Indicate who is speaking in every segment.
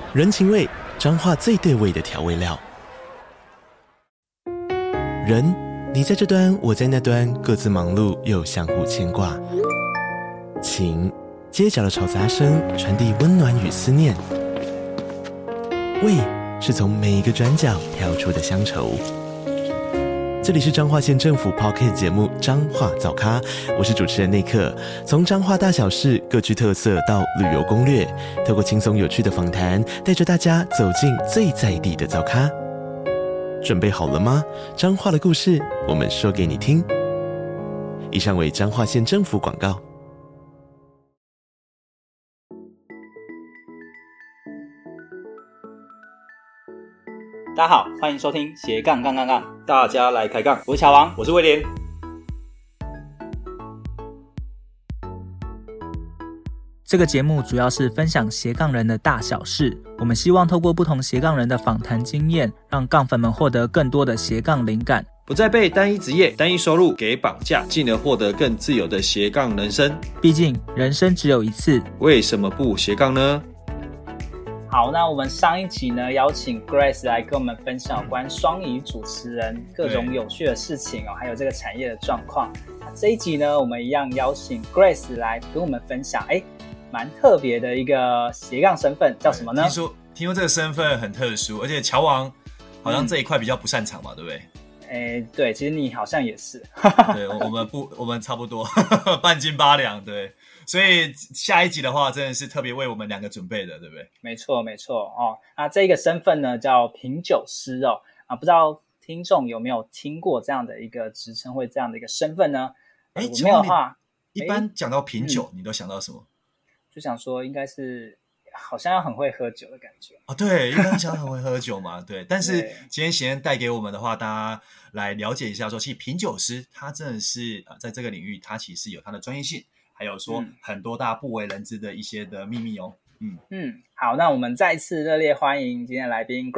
Speaker 1: 人情味，彰化最对味的调味料。人，你在这端，我在那端，各自忙碌又相互牵挂。情，街角的吵杂声传递温暖与思念。味，是从每一个转角跳出的乡愁。这里是彰化县政府 Podcast 节目《彰化早咖》，我是主持人内克。从彰化大小事各具特色到旅游攻略，透过轻松有趣的访谈，带着大家走进最在地的早咖。准备好了吗？彰化的故事，我们说给你听。以上为彰化县政府广告。
Speaker 2: 大家好，欢迎收听斜杠杠杠杠，
Speaker 3: 大家来开杠。
Speaker 2: 我是乔王，
Speaker 3: 我是威廉。
Speaker 4: 这个节目主要是分享斜杠人的大小事，我们希望透过不同斜杠人的访谈经验，让杠粉们获得更多的斜杠灵感，
Speaker 3: 不再被单一职业、单一收入给绑架，进而获得更自由的斜杠人生。
Speaker 4: 毕竟人生只有一次，
Speaker 3: 为什么不斜杠呢？
Speaker 2: 好，那我们上一集呢，邀请 Grace 来跟我们分享有关双语主持人各种有趣的事情还有这个产业的状况。这一集呢，我们一样邀请 Grace 来跟我们分享，蛮特别的一个斜杠身份，叫什么呢？
Speaker 5: 听说这个身份很特殊，而且乔王好像这一块比较不擅长嘛，对不对？
Speaker 2: 对，其实你好像也是。
Speaker 5: 对，我们差不多半斤八两，对。所以下一集的话，真的是特别为我们两个准备的，对不对？
Speaker 2: 没错那这个身份呢叫品酒师不知道听众有没有听过这样的一个职称或这样的一个身份呢？没有的话，
Speaker 5: 一般讲到品酒，你都想到什么？
Speaker 2: 就想说应该是好像要很会喝酒的感觉
Speaker 5: 对，一般想很会喝酒嘛，对。但是今天贤带给我们的话，大家来了解一下说，其实品酒师他真的是在这个领域，他其实有他的专业性。还有说很多大家不为人知的一些的秘密
Speaker 2: 好，那我们再次热烈欢迎今天的来宾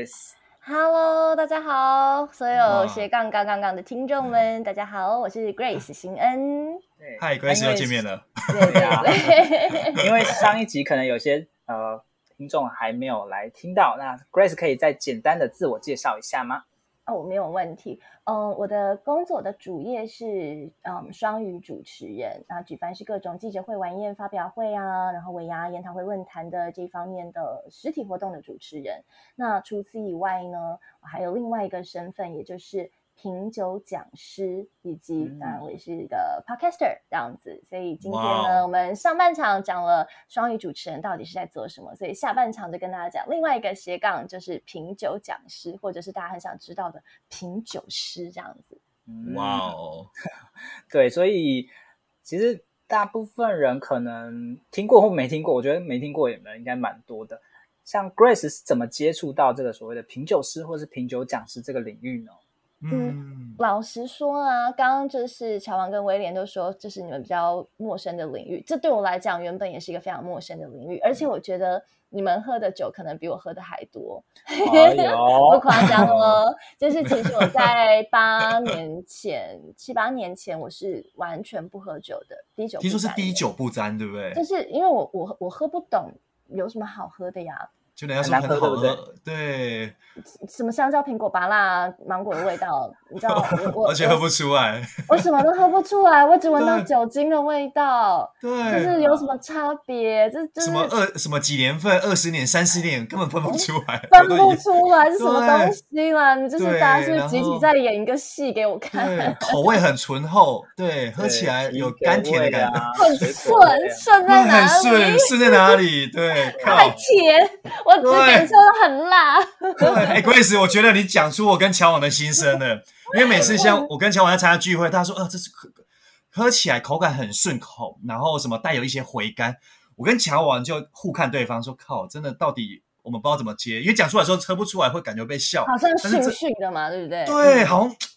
Speaker 2: Grace。Hello，
Speaker 6: 大家好，所有斜杠杠杠杠的听众们，大家好，我是 Grace 邢恩。
Speaker 5: 嗨 Grace 又见面了。
Speaker 2: 对，因为上一集可能有些听众还没有来听到，那 Grace 可以再简单的自我介绍一下吗？
Speaker 6: 没有问题。我的工作的主业是双语主持人，举凡是各种记者会、晚宴、发表会然后尾牙、研讨会、论坛的这方面的实体活动的主持人。那除此以外呢，我还有另外一个身份，也就是品酒讲师，以及我也是一个 podcaster 这样子。所以今天呢，我们上半场讲了双语主持人到底是在做什么，所以下半场就跟大家讲另外一个斜杠，就是品酒讲师，或者是大家很想知道的品酒师这样子。
Speaker 2: 对，所以其实大部分人可能听过或没听过，我觉得没听过也应该蛮多的。像 Grace 是怎么接触到这个所谓的品酒师或是品酒讲师这个领域呢？
Speaker 6: 老实说刚刚就是乔王跟威廉都说这是你们比较陌生的领域，这对我来讲原本也是一个非常陌生的领域，而且我觉得你们喝的酒可能比我喝的还多。不夸张就是其实我在7-8年前我是完全不喝酒的，滴酒不沾。听
Speaker 5: 说是滴酒不沾，对不对？
Speaker 6: 就是因为我喝不懂有什么好喝的呀，
Speaker 5: 就人家说很好喝，对，
Speaker 6: 什么香蕉、苹果、芭乐、芒果的味道，你知道我
Speaker 5: 而且喝不出来，
Speaker 6: 我什么都喝不出来，我只闻到酒精的味道，
Speaker 5: 对，
Speaker 6: 就是有什么差别？
Speaker 5: 什么几年份、20年、30年根本分不出来，
Speaker 6: 分不出来是什么东西啦？你就是大家是集体在演一个戏给我看，
Speaker 5: 对，口味很醇厚，对，喝起来有甘甜的感觉，
Speaker 6: 很顺在哪里？
Speaker 5: 顺在哪里？对，
Speaker 6: 太甜。我只感受到很辣。
Speaker 5: 对，Grace， 我觉得你讲出我跟乔王的心声了。因为每次像我跟乔王在参加聚会，他说这是喝起来口感很顺口，然后什么带有一些回甘。我跟乔王就互看对方说，靠，真的到底我们不知道怎么接，因为讲出来的时候喝不出来，会感觉被笑，
Speaker 6: 好像逊逊的嘛，对不对？
Speaker 5: 对，好像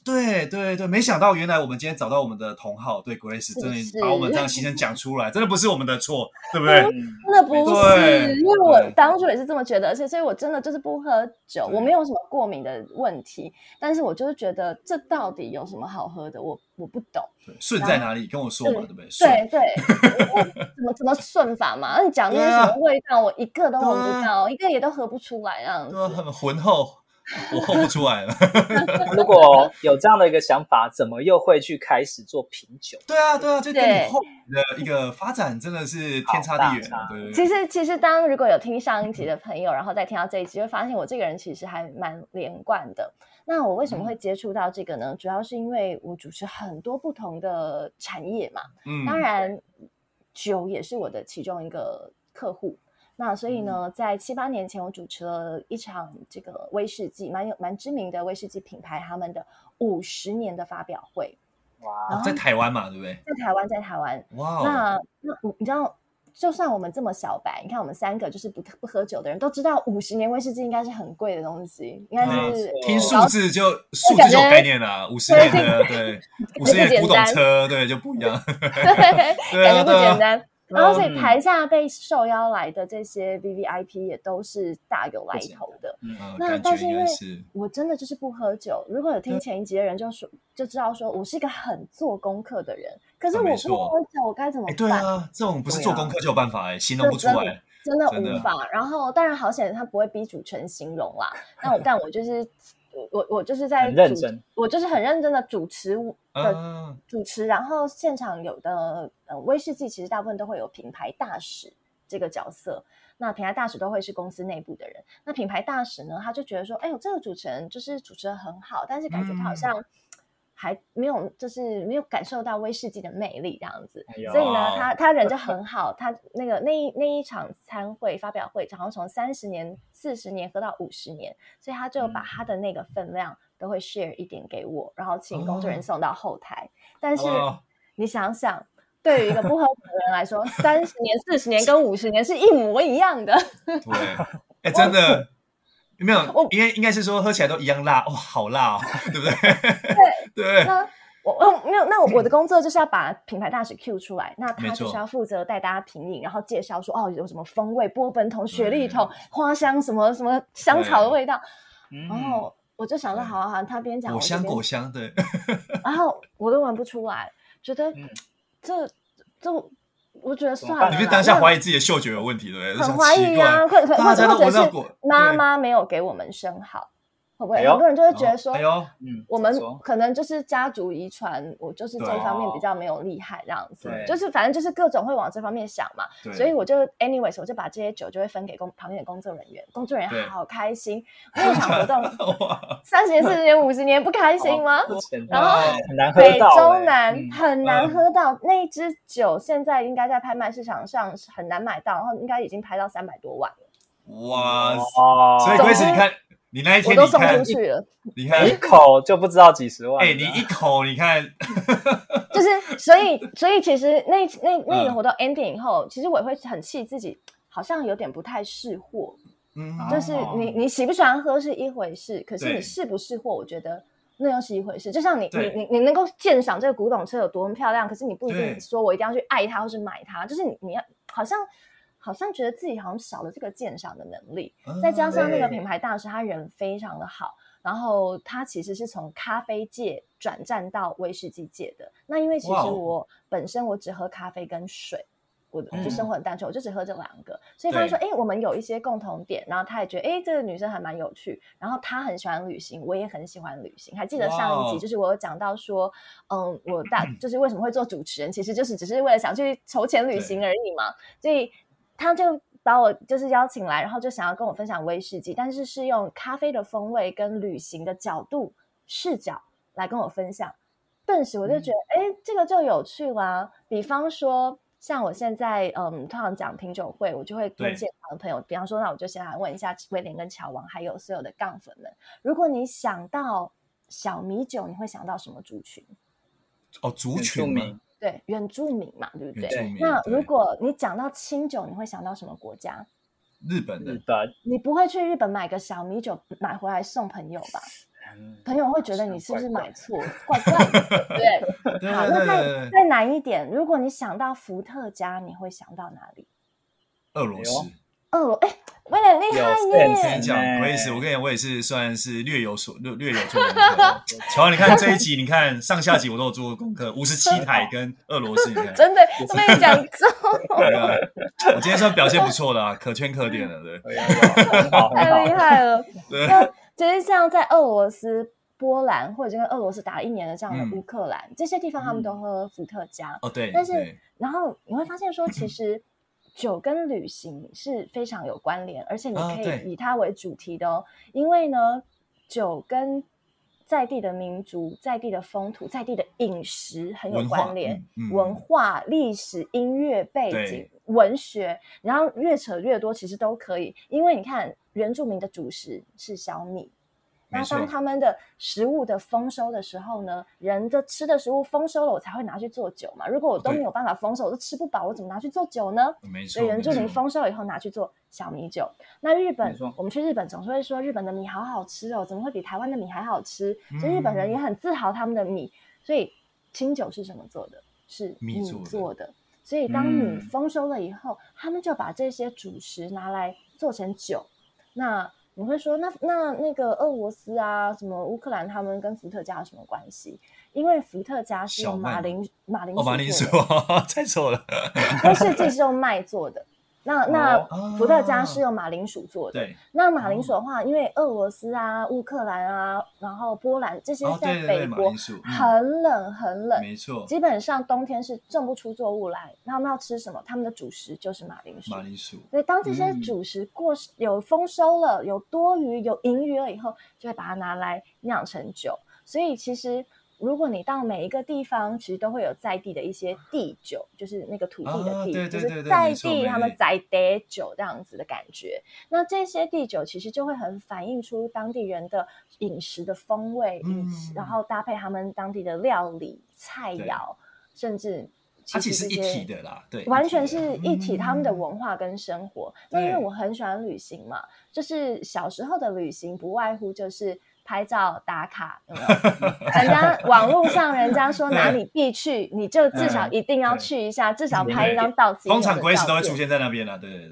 Speaker 5: 对对对，没想到原来我们今天找到我们的同好，对 Grace 真的把我们这样牺牲讲出来，真的不是我们的错，对不对？
Speaker 6: 真的不是，因为我当初也是这么觉得，而且所以我真的就是不喝酒，我没有什么过敏的问题，但是我就是觉得这到底有什么好喝的，我不懂。
Speaker 5: 顺在哪里？跟我说嘛，对不对？
Speaker 6: 对对，怎么顺法嘛？那你讲那些什么味道，我一个都闻不到，一个也都喝不出来，这样子。
Speaker 5: 很浑厚。我喝不出来了。
Speaker 2: 如果有这样的一个想法，怎么又会去开始做品酒？
Speaker 5: 对啊，就跟你后面的一个发展真的是天差地远。对，
Speaker 6: 其实如果有听上一集的朋友，然后再听到这一集，会发现我这个人其实还蛮连贯的。那我为什么会接触到这个呢？主要是因为我主持很多不同的产业嘛，当然酒也是我的其中一个客户。那所以呢，在7、8年前，我主持了一场这个威士忌蛮知名的威士忌品牌他们的50年的发表会。
Speaker 2: 哇，
Speaker 5: 在台湾嘛，对不对？
Speaker 6: 在台湾。
Speaker 5: 哇，
Speaker 6: 那你知道，就算我们这么小白，你看我们3个就是不喝酒的人，都知道50年威士忌应该是很贵的东西，应该是
Speaker 5: 听数字就有概念啦。50年的对，50年古董车对就不一样，
Speaker 6: 对，感觉不简单。然后，所以台下被受邀来的这些 VVIP 也都是大有来头的。那但是因为我真的就是不喝酒，如果有听前一集的人就知道说我是一个很做功课的人。可是我不喝酒，我该怎么办？
Speaker 5: 对啊，这种不是做功课就有办法形容不出来，
Speaker 6: 真的无法。然后当然好险，他不会逼主持人形容啦。但我就是。我就是在我就是很认真的主持，然后现场有的威士忌其实大部分都会有品牌大使这个角色，那品牌大使都会是公司内部的人。那品牌大使呢，他就觉得说，哎呦，这个主持人就是主持得很好，但是感觉他好像还没有，就是没有感受到威士忌的魅力这样子。所以呢，他人就很好，他那一场餐会发表会，好像从30年、40年喝到50年，所以他就把他的那个分量都会 share 一点给我，然后请工作人员送到后台。但是你想想，对于一个不喝酒的人来说，30年、40年跟50年是一模一样的。
Speaker 5: 对，真的。没有，应该是说喝起来都一样辣，哇，好辣哦，对不对？对。
Speaker 6: 那没有，那我的工作就是要把品牌大使 Q 出来，那他就是要负责带大家品饮，然后介绍说有什么风味，波本桶、雪莉桶、花香什么什么香草的味道。然后我就想说，好，他边讲
Speaker 5: 果香，对。
Speaker 6: 然后我都闻不出来，觉得这。我觉得算了，
Speaker 5: 你是当下怀疑自己的嗅觉有问题，对不对？
Speaker 6: 很怀疑啊，或者是妈妈没有给我们生好，会不会？很多人就会觉得说，我们可能就是家族遗传，我就是这一方面比较没有厉害这样子，就是反正就是各种会往这方面想嘛。所以我就 anyways 我就把这些酒就会分给旁边的工作人员，工作人员好开心，那场活动30年、40年、50年不开心吗？然后北中南很难喝到，那一支酒现在应该在拍卖市场上很难买到，然后应该已经拍到300多万了。
Speaker 5: 哇，所以Grace你看。你那一天
Speaker 6: 我都送出去了，
Speaker 5: 你看
Speaker 2: 一口就不知道几十万。
Speaker 5: 你一口你看，
Speaker 6: 就是所以其实那个活动 ending 以后，其实我也会很气自己，好像有点不太识货。就是你喜不喜欢喝是一回事，可是你识不识货，我觉得那又是一回事。就像你能够鉴赏这个古董车有多么漂亮，可是你不一定说我一定要去爱它或是买它，就是你要好像觉得自己好像少了这个鉴赏的能力，再加上那个品牌大使他人非常的好，然后他其实是从咖啡界转战到威士忌界的。那因为其实我本身我只喝咖啡跟水，我就生活很单纯，我就只喝这2个，所以发现说我们有一些共同点，然后他也觉得这个女生还蛮有趣，然后他很喜欢旅行，我也很喜欢旅行。还记得上一集就是我有讲到说我就是为什么会做主持人，其实就是只是为了想去筹钱旅行而已嘛，所以他就把我就是邀请来，然后就想要跟我分享威士忌，但是是用咖啡的风味跟旅行的角度视角来跟我分享。顿时我就觉得这个就有趣啦。比方说像我现在通常讲品酒会，我就会跟现场的朋友，比方说那我就先来问一下威廉跟乔王还有所有的杠粉们，如果你想到小米酒，你会想到什么族群？
Speaker 5: 族群吗？
Speaker 6: 对，原住民嘛，对不对？那如果你讲到清酒，你会想到什么国家？
Speaker 5: 日本。
Speaker 6: 你不会去日本买个小米酒买回来送朋友吧？ 朋友会觉得你是不是买错，怪怪的，对。
Speaker 5: 对
Speaker 6: 好，那再难一点，如果你想到伏特加，你会想到哪里？
Speaker 5: 俄罗斯。
Speaker 6: 威廉厉害
Speaker 5: 我
Speaker 6: 耶！
Speaker 5: 跟你讲 ，Grace， 我跟你讲，我也是算是略有做功课。乔，你看这一集，你看上下集我都有做过功课，57台跟俄罗斯，你看
Speaker 6: 真的被你讲中。
Speaker 5: 对啊，我今天算表现不错的啊，可圈可点了，对，
Speaker 6: 太厉害了。那其实像在俄罗斯、波兰或者是跟俄罗斯打了1年的这样的乌克兰，这些地方他们都喝伏特加。
Speaker 5: 对，
Speaker 6: 但是然后你会发现说，其实酒跟旅行是非常有关联，而且你可以以它为主题的哦。因为呢，酒跟在地的民族、在地的风土、在地的饮食很有关联，文化、历史、音乐背景、文学，然后越扯越多，其实都可以。因为你看，原住民的主食是小米。那当他们的食物的丰收的时候呢，人的吃的食物丰收了，我才会拿去做酒嘛。如果我都没有办法丰收，我都吃不饱，我怎么拿去做酒呢？
Speaker 5: 没错。
Speaker 6: 所以原住民丰收以后拿去做小米酒。那日本，我们去日本总是会说日本的米好好吃哦，怎么会比台湾的米还好吃？所以日本人也很自豪他们的米。所以清酒是什么做的？是米做的。所以当米丰收了以后，他们就把这些主食拿来做成酒。那你会说那个俄罗斯啊，什么乌克兰，他们跟伏特加有什么关系？因为伏特加是用马铃薯
Speaker 5: 猜错了，
Speaker 6: 威士忌是用麦做的。那伏特加是用马铃薯做的。那马铃薯的话，因为俄罗斯啊、乌克兰啊，然后波兰这些在北国很冷很冷，
Speaker 5: 没错，
Speaker 6: 基本上冬天是种不出作物来。他们要吃什么？他们的主食就是马铃薯。所以当这些主食有丰收了、有多余、有盈余了以后，就会把它拿来酿成酒。所以其实如果你到每一个地方，其实都会有在地的一些地酒，就是那个土地的地，就是在地他们在地酒这样子的感觉。那这些地酒其实就会很反映出当地人的饮食的风味，然后搭配他们当地的料理菜肴，甚至
Speaker 5: 它其实是一体的啦，对，
Speaker 6: 完全是一体，他们的文化跟生活。那因为我很喜欢旅行嘛，就是小时候的旅行不外乎就是拍照打卡，有没有？人家网络上人家说哪里必去，你就至少一定要去一下，至少拍一张到此一游的照片。
Speaker 5: 通常 Grace 都会出现在那边了，对。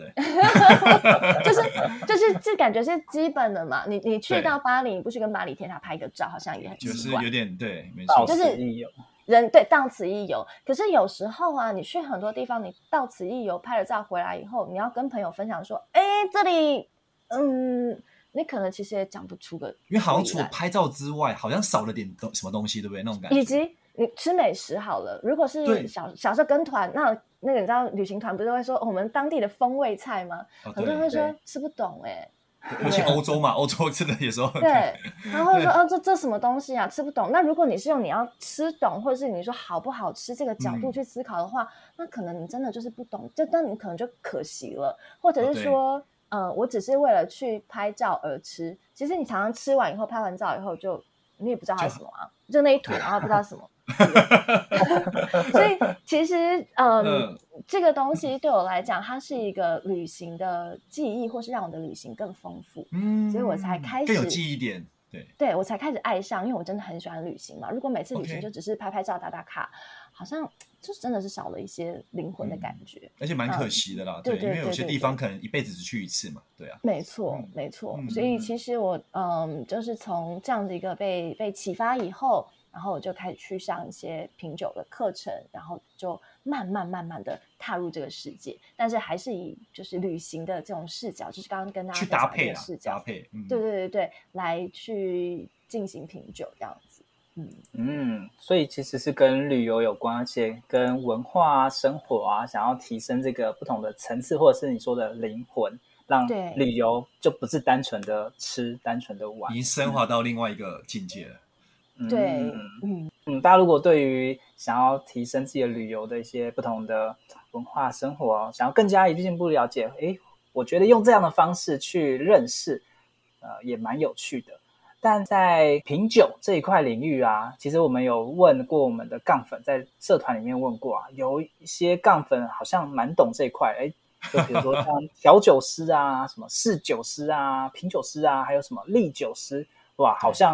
Speaker 6: 就是这感觉是基本的嘛。你去到巴黎，你不去跟巴黎铁塔拍个照，好像也很奇怪，
Speaker 5: 就是有点对，没错，
Speaker 6: 就是到此一游。可是有时候啊，你去很多地方，你到此一游拍了照回来以后，你要跟朋友分享说，这里你可能其实也讲不出个，
Speaker 5: 因为好像除了拍照之外，好像少了点什么东西，对不对？那种感觉。
Speaker 6: 以及你吃美食好了，如果是小时候跟团，那个你知道旅行团不是会说我们当地的风味菜吗？很多人会说吃不懂
Speaker 5: 尤其欧洲嘛，欧洲真的有时候
Speaker 6: 对，然后说这什么东西啊，吃不懂。那如果你是用你要吃懂，或者是你说好不好吃这个角度去思考的话，那可能你真的就是不懂，那你可能就可惜了，或者是说。我只是为了去拍照而吃，其实你常常吃完以后，拍完照以后你也不知道它是什么啊，就那一坨，然后不知道什么。所以其实这个东西对我来讲，它是一个旅行的记忆，或是让我的旅行更丰富。所以我才开始
Speaker 5: 更有记忆点。
Speaker 6: 对，我才开始爱上，因为我真的很喜欢旅行嘛。如果每次旅行就只是拍拍照、打打卡，好像就是真的是少了一些灵魂的感觉，
Speaker 5: 而且蛮可惜的啦。对，因为有些地方可能一辈子只去一次嘛。对啊，
Speaker 6: 没错。所以其实我就是从这样的一个被启发以后，然后我就开始去上一些品酒的课程，然后就慢慢的踏入这个世界，但是还是以就是旅行的这种视角，就是刚刚跟大家
Speaker 5: 去搭配
Speaker 6: 的视角，
Speaker 5: 对，
Speaker 6: 来去进行品酒这样子。
Speaker 2: 所以其实是跟旅游有关，而且跟文化啊、生活啊，想要提升这个不同的层次，或者是你说的灵魂，让旅游就不是单纯的吃、单纯的玩，
Speaker 5: 已经升华到另外一个境界了。
Speaker 6: 对，
Speaker 2: 大家如果对于想要提升自己的旅游的一些不同的文化生活，想要更加一进一步了解，我觉得用这样的方式去认识，也蛮有趣的。但在品酒这一块领域啊，其实我们有问过我们的杠粉，在社团里面问过啊，有一些杠粉好像蛮懂这一块，就比如说像调酒师啊、什么侍酒师啊、品酒师啊，还有什么利酒师，哇，好像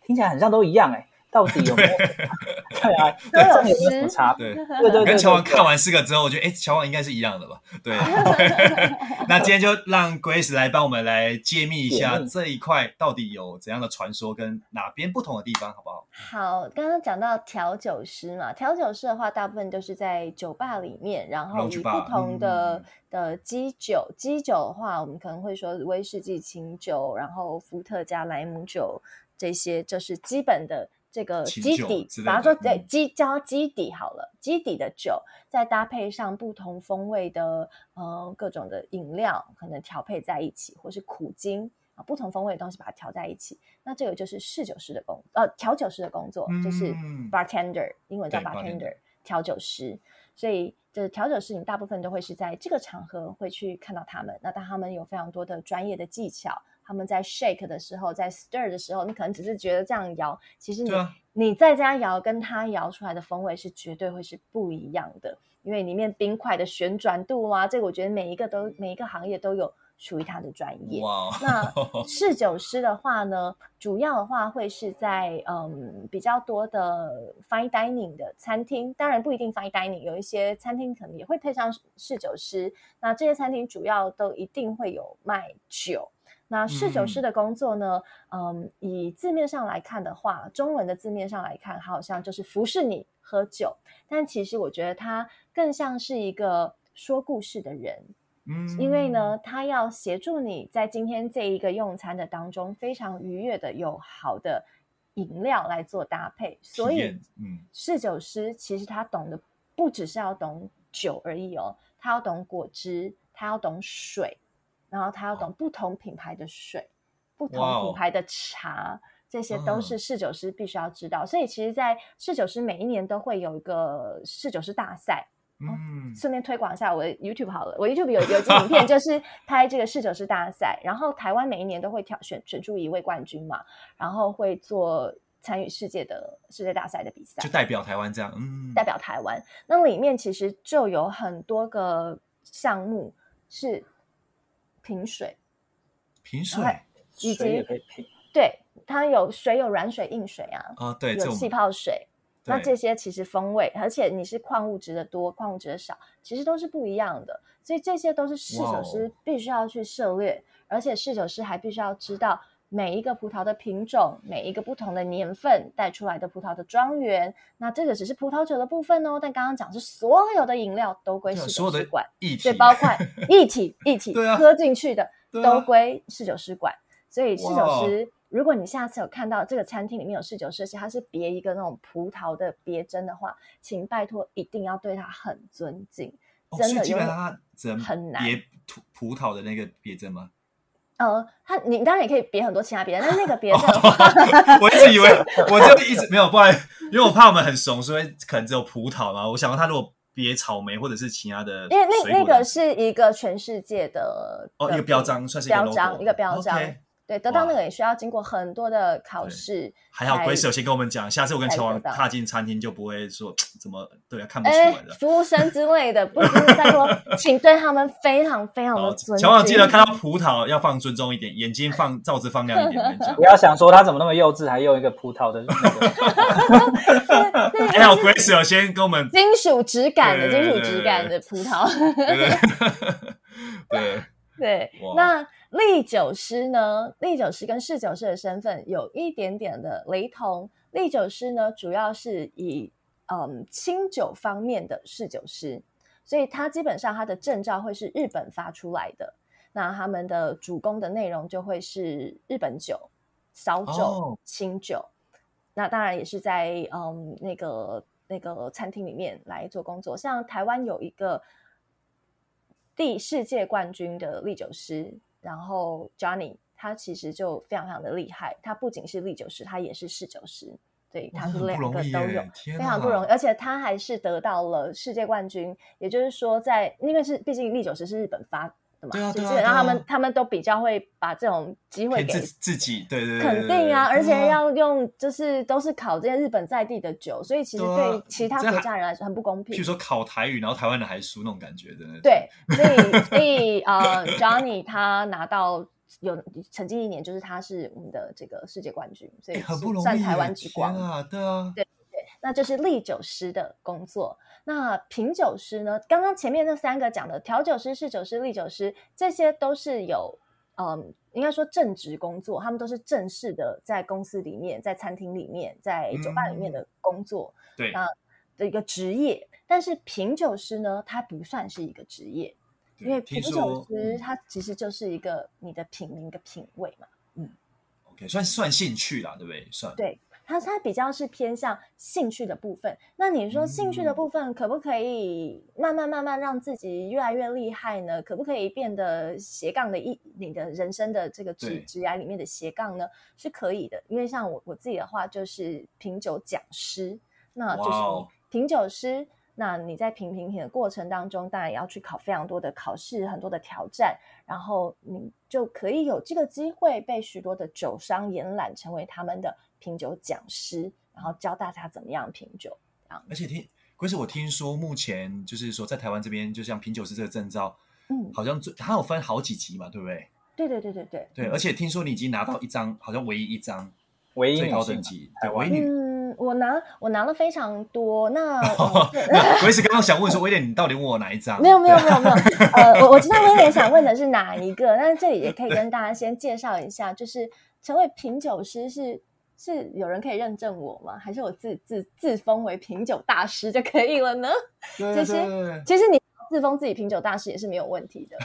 Speaker 2: 听起来很像都一样到底有没有？对啊，
Speaker 6: 都有
Speaker 2: 有没有什么差别？对，
Speaker 5: 跟乔王看完4个之后，我觉得乔王应该是一样的吧？对。那今天就让 Grace 来帮我们来揭秘一下这一块到底有怎样的传说，跟哪边不同的地方，好不好？
Speaker 6: 好，刚刚讲到调酒师嘛，调酒师的话，大部分都是在酒吧里面，然后以不同的基酒的话，我们可能会说威士忌、清酒，然后伏特加、莱姆酒，这些就是基本的这个基底，把它说对叫基底好了，基底的酒，再搭配上不同风味的各种的饮料，可能调配在一起，或是苦精不同风味的东西把它调在一起，那这个就是侍酒师的调酒师的工作，就是 bartender， 英文叫 bartender， 调酒师。所以这调酒师你大部分都会是在这个场合会去看到他们，那他们有非常多的专业的技巧，他们在 shake 的时候，在 stir 的时候，你可能只是觉得这样摇，其实你在家摇跟他摇出来的风味是绝对会是不一样的，因为里面冰块的旋转度啊，这个我觉得每一个行业都有属于他的专业。那侍酒师的话呢，主要的话会是在比较多的 fine dining 的餐厅，当然不一定 fine dining， 有一些餐厅可能也会配上侍酒师，那这些餐厅主要都一定会有卖酒。那侍酒师的工作呢，以字面上来看的话，中文的字面上来看，好像就是服侍你喝酒，但其实我觉得他更像是一个说故事的人。因为呢，他要协助你在今天这一个用餐的当中非常愉悦的有好的饮料来做搭配，所以侍酒师其实他懂的不只是要懂酒而已他要懂果汁，他要懂水，然后他要懂不同品牌的水，不同品牌的茶，这些都是侍酒师必须要知道。所以其实在侍酒师每一年都会有一个侍酒师大赛，顺便推广一下我的 YouTube 好了，我 YouTube 有一支影片就是拍这个侍酒师大赛，然后台湾每一年都会选出一位冠军嘛，然后会参与世界大赛的比赛，
Speaker 5: 就代表台湾这样，
Speaker 6: 代表台湾。那里面其实就有很多个项目是评水，以及
Speaker 2: 水也可以评，
Speaker 6: 对，它有水，有软水、硬水啊，
Speaker 5: 对，
Speaker 6: 有气泡水。那这些其实风味，而且你是矿物质的多，矿物质的少，其实都是不一样的。所以这些都是侍酒师必须要去涉猎，而且侍酒师还必须要知道每一个葡萄的品种，每一个不同的年份带出来的葡萄的庄园。那这个只是葡萄酒的部分但刚刚讲是所有的饮料都归侍酒师管，所以包括液体喝进去的都归侍酒师管。所以侍酒师，如果你下次有看到这个餐厅里面有侍酒师，而且它是别一个那种葡萄的别针的话，请拜托一定要对它很尊敬。真的，
Speaker 5: 基本上它只能
Speaker 6: 很难
Speaker 5: 别葡萄的那个别针吗？
Speaker 6: 你当然也可以别很多其他别针，但那个别针
Speaker 5: 我一直以为我就一直没有，不然因为我怕我们很怂，所以可能只有葡萄嘛。我想到他如果别草莓或者是其他的，
Speaker 6: 因为那个是一个全世界的
Speaker 5: 一个标章，算是一个 logo，
Speaker 6: 一个标章。
Speaker 5: Okay，
Speaker 6: 对，得到那个也需要经过很多的考试。
Speaker 5: 还好 Grace 有先跟我们讲，下次我跟乔王踏进餐厅就不会说怎么看不出来了。
Speaker 6: 服务生之类的，不是在说，请对他们非常非常的尊敬。
Speaker 5: 乔王记得看到葡萄要放尊重一点，眼睛罩子放亮一点。
Speaker 2: 不要想说他怎么那么幼稚，还用一个葡萄的那个。
Speaker 5: 还好 Grace 有先跟我们
Speaker 6: 金属质感的葡萄。对，那唎酒师呢？唎酒师跟侍酒师的身份有一点点的雷同。唎酒师呢，主要是以清酒方面的侍酒师，所以他基本上他的证照会是日本发出来的。那他们的主攻的内容就会是日本酒、烧酒、清酒。那当然也是在那个餐厅里面来做工作。像台湾有一个世界冠军的唎酒师，然后 Johnny 他其实就非常非常的厉害，他不仅是唎酒师，他也是侍酒师，对，他是两个都有，非常不容易，而且他还是得到了世界冠军。也就是说因为是毕竟唎酒师是日本发的嘛，
Speaker 5: 对啊，
Speaker 6: 所以基本上他们都比较会把这种机会给
Speaker 5: 自己，对对对，
Speaker 6: 肯定啊，而且要用就是都是考这些日本在地的酒，所以其实对其他国家人来说很不公平。
Speaker 5: 譬如说考台语，然后台湾人还输那种感觉的。
Speaker 6: 对，所以Johnny 他拿到曾经一年就是他是我们的这个世界冠军，所以
Speaker 5: 很不容易，
Speaker 6: 算台湾之光
Speaker 5: 啊，对啊，
Speaker 6: 对。那就是历酒师的工作。那品酒师呢？刚刚前面那3个讲的调酒师、侍酒师、历酒师，这些都是有应该说正职工作，他们都是正式的在公司里面、在餐厅里面、在酒吧里面的工作，
Speaker 5: 对，
Speaker 6: 的一个职业。但是品酒师呢，它不算是一个职业，因为品酒师它其实就是一个你的品名的品味嘛。
Speaker 5: OK， 算兴趣啦，对不对？算
Speaker 6: 对。它比较是偏向兴趣的部分。那你说兴趣的部分可不可以慢慢让自己越来越厉害呢？可不可以变得斜杠的你的人生的这个职涯里面的斜杠呢？是可以的。因为像我自己的话就是品酒讲师，那就是你品酒师，那你在品的过程当中当然也要去考非常多的考试，很多的挑战，然后你就可以有这个机会被许多的酒商延揽成为他们的品酒讲师，然后教大家怎么样品酒。
Speaker 5: 而且Grace，我听说目前就是说在台湾这边，就像品酒师这个证照，好像它有分好几级嘛，对不对？
Speaker 6: 对，
Speaker 5: 而且听说你已经拿到一张，好像唯一一张，
Speaker 2: 唯一
Speaker 5: 最高等级，对，唯女。
Speaker 6: 我拿了非常多。那
Speaker 5: Grace刚刚想问说，威廉，你到底问我哪一张？
Speaker 6: 没有。我知道威廉想问的是哪一个，但是这里也可以跟大家先介绍一下，就是成为品酒师是有人可以认证我吗？还是我自封为品酒大师就可以了呢？其实你自封自己品酒大师也是没有问题的，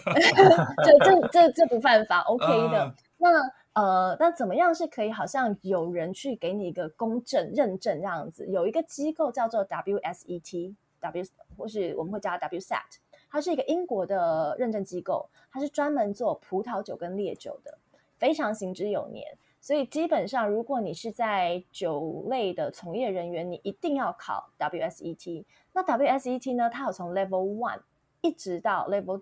Speaker 6: 这不犯法 ，OK 的。那怎么样是可以好像有人去给你一个公证认证这样子？有一个机构叫做 WSET， 或是我们会叫它 WSET， 它是一个英国的认证机构，它是专门做葡萄酒跟烈酒的，非常行之有年。所以基本上如果你是在酒类的从业人员，你一定要考 WSET。那 WSET 呢，它有从 Level 1一直到 Level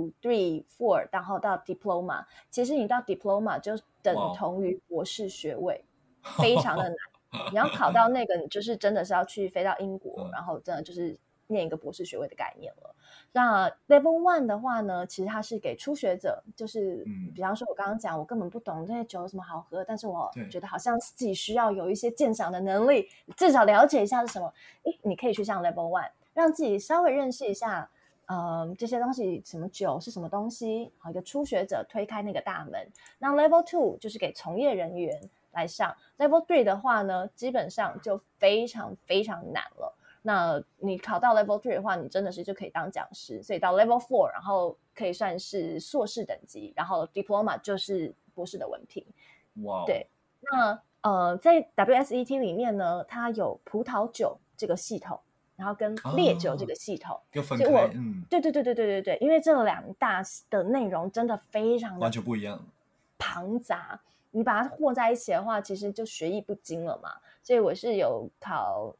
Speaker 6: 2、3、4，然后到 Diploma。其实你到 Diploma 就等同于博士学位，非常的难。你要考到那个，你就是真的是要去飞到英国，然后真的就是念一个博士学位的概念了。那 Level 1的话呢，其实它是给初学者，就是比方说我刚刚讲，我根本不懂这些酒有什么好喝，但是我觉得好像自己需要有一些鉴赏的能力，至少了解一下是什么。你可以去上 Level 1，让自己稍微认识一下这些东西，什么酒是什么东西，一个初学者推开那个大门。那 Level 2就是给从业人员来上， Level 3的话呢，基本上就非常非常难了。那你考到 Level 3的话，你真的是就可以当讲师，所以到 Level 4，然后可以算是硕士等级，然后 Diploma 就是博士的文凭。
Speaker 5: 哇，
Speaker 6: 对。那在 WSET 里面呢，它有葡萄酒这个系统，然后跟烈酒这个系统
Speaker 5: 又分开。
Speaker 6: 对，因为这两大的内容真的非常的
Speaker 5: 完全不一样，
Speaker 6: 庞杂。你把它和在一起的话，其实就学艺不精了嘛。所以我是有考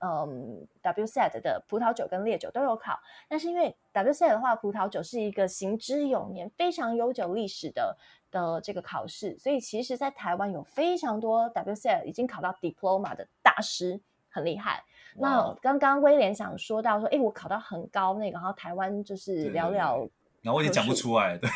Speaker 6: WSET 的葡萄酒跟烈酒都有考，但是因为 WSET 的话，葡萄酒是一个行之有年、非常悠久历史的这个考试，所以其实在台湾有非常多 WSET 已经考到 Diploma 的大师，很厉害。那刚刚威廉想说到说，我考到很高那个，然后台湾就是寥寥。
Speaker 5: 然后我也讲不出来，对，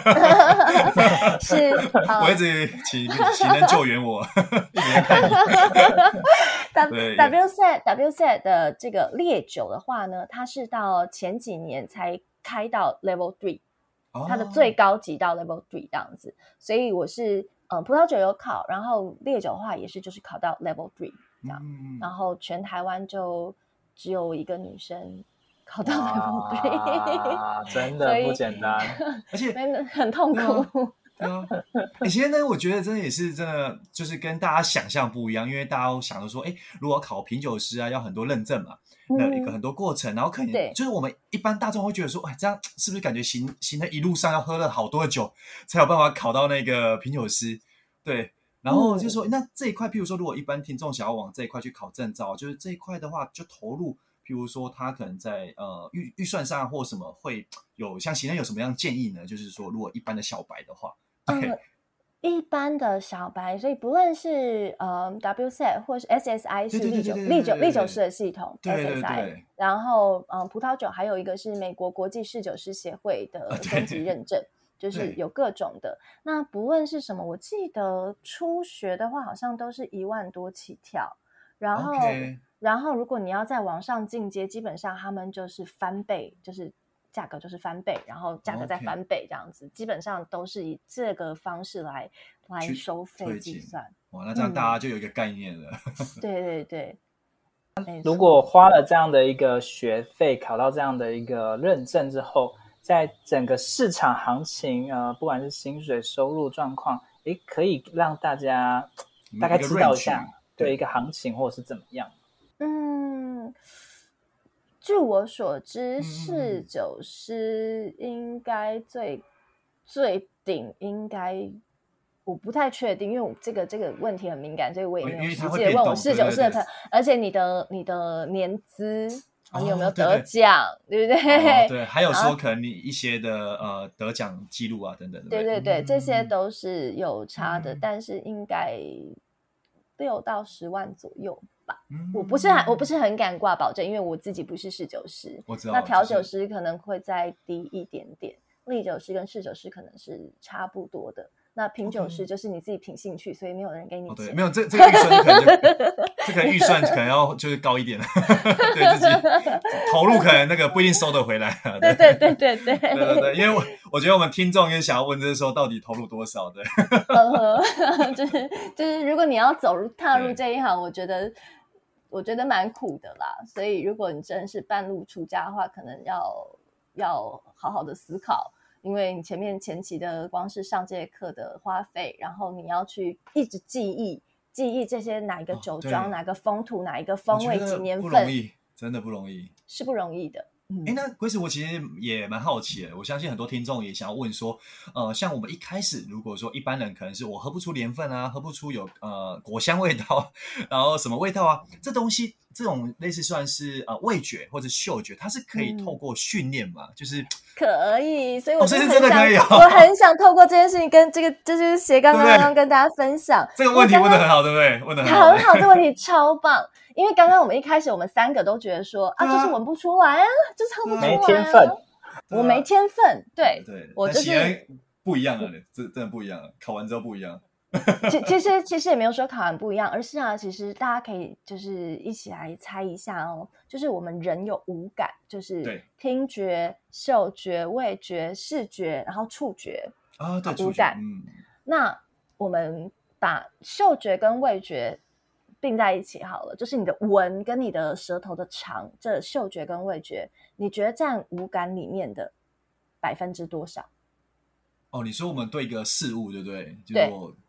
Speaker 6: 是
Speaker 5: 我一直请人救援我，一直在看你。
Speaker 6: WSET 的这个烈酒的话呢，它是到前几年才开到 Level 3，它的最高级到 Level 3这样子。所以我是葡萄酒有考，然后烈酒的话也是就是考到 Level 3这样，然后全台湾就只有一个女生考到 Level 3，
Speaker 2: 真的不简单，
Speaker 5: 而且
Speaker 6: 真的很痛苦。
Speaker 5: 其实呢，我觉得真的也是真的，就是跟大家想象不一样，因为大家都想着说，如果考品酒师啊，要很多认证嘛，那一个很多过程，然后可能就是我们一般大众会觉得说，这样是不是感觉行的一路上要喝了好多的酒，才有办法考到那个品酒师？对。然后就说，那这一块，譬如说，如果一般听众想要往这一块去考证照，就是这一块的话，就投入，譬譬如说他可能在预算上或什么会有像行政有什么样的建议呢？就是说，如果一般的小白的话，
Speaker 6: 一般的小白，所以不论是WSET 或是 SSI 是历酒师的系统，
Speaker 5: 对
Speaker 6: SSI， 然后葡萄酒还有一个是美国国际侍酒师协会的中级认证，就是有各种的。那不论是什么，我记得初学的话好像都是1万多起跳，然后如果你要再往上进阶，基本上他们就是翻倍，就是价格就是翻倍，然后价格再翻倍这样子，基本上都是以这个方式来收费计算。
Speaker 5: 哇，那这样大家就有一个概念了。
Speaker 6: 对对对。
Speaker 2: 如果花了这样的一个学费，考到这样的一个认证之后，在整个市场行情不管是薪水收入状况，可以让大家大概知道一下对一个行情或者是怎么样。
Speaker 6: 据我所知，侍酒师应该最顶应该，我不太确定，因为我这个问题很敏感，所以我也没有实际问我侍酒师的朋友。而且你的年资，你有没有得奖，对不对？
Speaker 5: 对，还有说可能你一些的得奖记录啊等等。
Speaker 6: 对对对，这些都是有差的，但是应该6到10万左右吧。我不是很敢挂保证，因为我自己不是侍酒师。
Speaker 5: 我知道。
Speaker 6: 那调酒师可能会再低一点点，历酒师跟侍酒师可能是差不多的。那品酒师就是你自己品兴趣，所以没有人给你钱。
Speaker 5: 对，没有这个预算这个预算可能要就是高一点对自己投入可能那个不一定收得回来。对，因为我觉得我们听众也想要问，就是说到底投入多少？对，
Speaker 6: 就是如果你要踏入这一行，我觉得蛮苦的啦。所以如果你真的是半路出家的话，可能要好好的思考。因为你前期的光是上这些课的花费，然后你要去一直记忆这些哪一个酒庄、哪个风土、哪一个风味、几年份，
Speaker 5: 不容易，真的不容易，
Speaker 6: 是不容易的。
Speaker 5: 那Grace，我其实也蛮好奇的，我相信很多听众也想要问说，像我们一开始如果说一般人可能是我喝不出年份啊，喝不出有果香味道，然后什么味道啊，这东西这种类似算是味觉或者嗅觉，它是可以透过训练嘛？就是
Speaker 6: 可以，所以我
Speaker 5: 是真的可以
Speaker 6: 我很想透过这件事情跟这个就是斜杠刚刚跟大家分享。
Speaker 5: 这个问题问得很好，对不对？问得很
Speaker 6: 好，这个问题超棒。因为刚刚我们一开始我们3个都觉得说就是闻不出来啊，就是喝不出来
Speaker 2: 没天分，
Speaker 6: 我没天分，对，我
Speaker 5: 就是不一样了，真的不一样了，考完之后不一样。
Speaker 6: 其实也没有说考完不一样，而是其实大家可以就是一起来猜一下哦，就是我们人有5感，就是听觉、嗅觉、味觉、视觉，然后触觉
Speaker 5: 啊，对
Speaker 6: ，5感。那我们把嗅觉跟味觉并在一起好了，就是你的闻跟你的舌头的尝，这嗅觉跟味觉，你觉得占5感里面的%多少？
Speaker 5: 你说我们对一个事物，对不对？
Speaker 6: 对。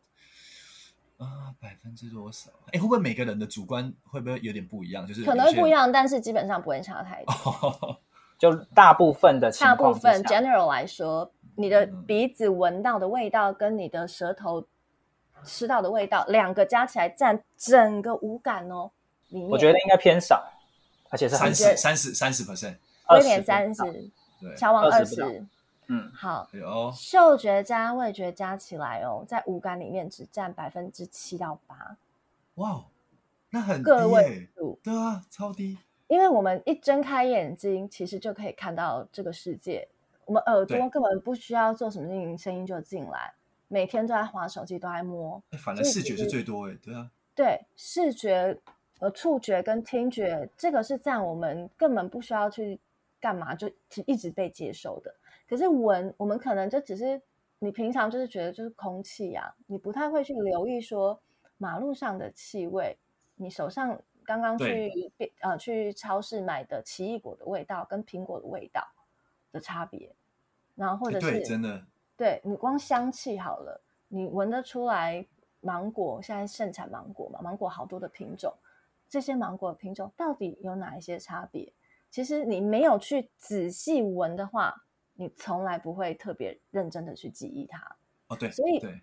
Speaker 5: %多少？会不会每个人的主观会不会有点不一样？就是
Speaker 6: 可能会不一样，但是基本上不会差太多。
Speaker 2: 就大部分的情况之下，
Speaker 6: general 来说，你的鼻子闻到的味道跟你的舌头吃到的味道2个加起来占整个5感里面，
Speaker 2: 我觉得应该偏少，而且是
Speaker 5: 30%，
Speaker 6: 威廉30，乔王20。好，嗅觉加味觉加起来在5感里面只占7%到8%。
Speaker 5: 哇，那很低
Speaker 6: 个位数，
Speaker 5: 对啊，超低。
Speaker 6: 因为我们一睁开眼睛，其实就可以看到这个世界。我们耳朵根本不需要做什么事情，声音就进来。每天都在滑手机，都在摸。
Speaker 5: 反正视觉是最多对啊。
Speaker 6: 对，视觉、触觉跟听觉，这个是占我们根本不需要去干嘛，就一直被接受的。可是闻，我们可能就只是你平常就是觉得就是空气啊，你不太会去留意说马路上的气味，你手上刚刚去超市买的奇异果的味道跟苹果的味道的差别，然后或者是
Speaker 5: 对，真的，
Speaker 6: 对你光香气好了，你闻得出来芒果现在盛产芒果嘛，芒果好多的品种，这些芒果的品种到底有哪一些差别？其实你没有去仔细闻的话，你从来不会特别认真的去记忆它。
Speaker 5: 对，
Speaker 6: 所以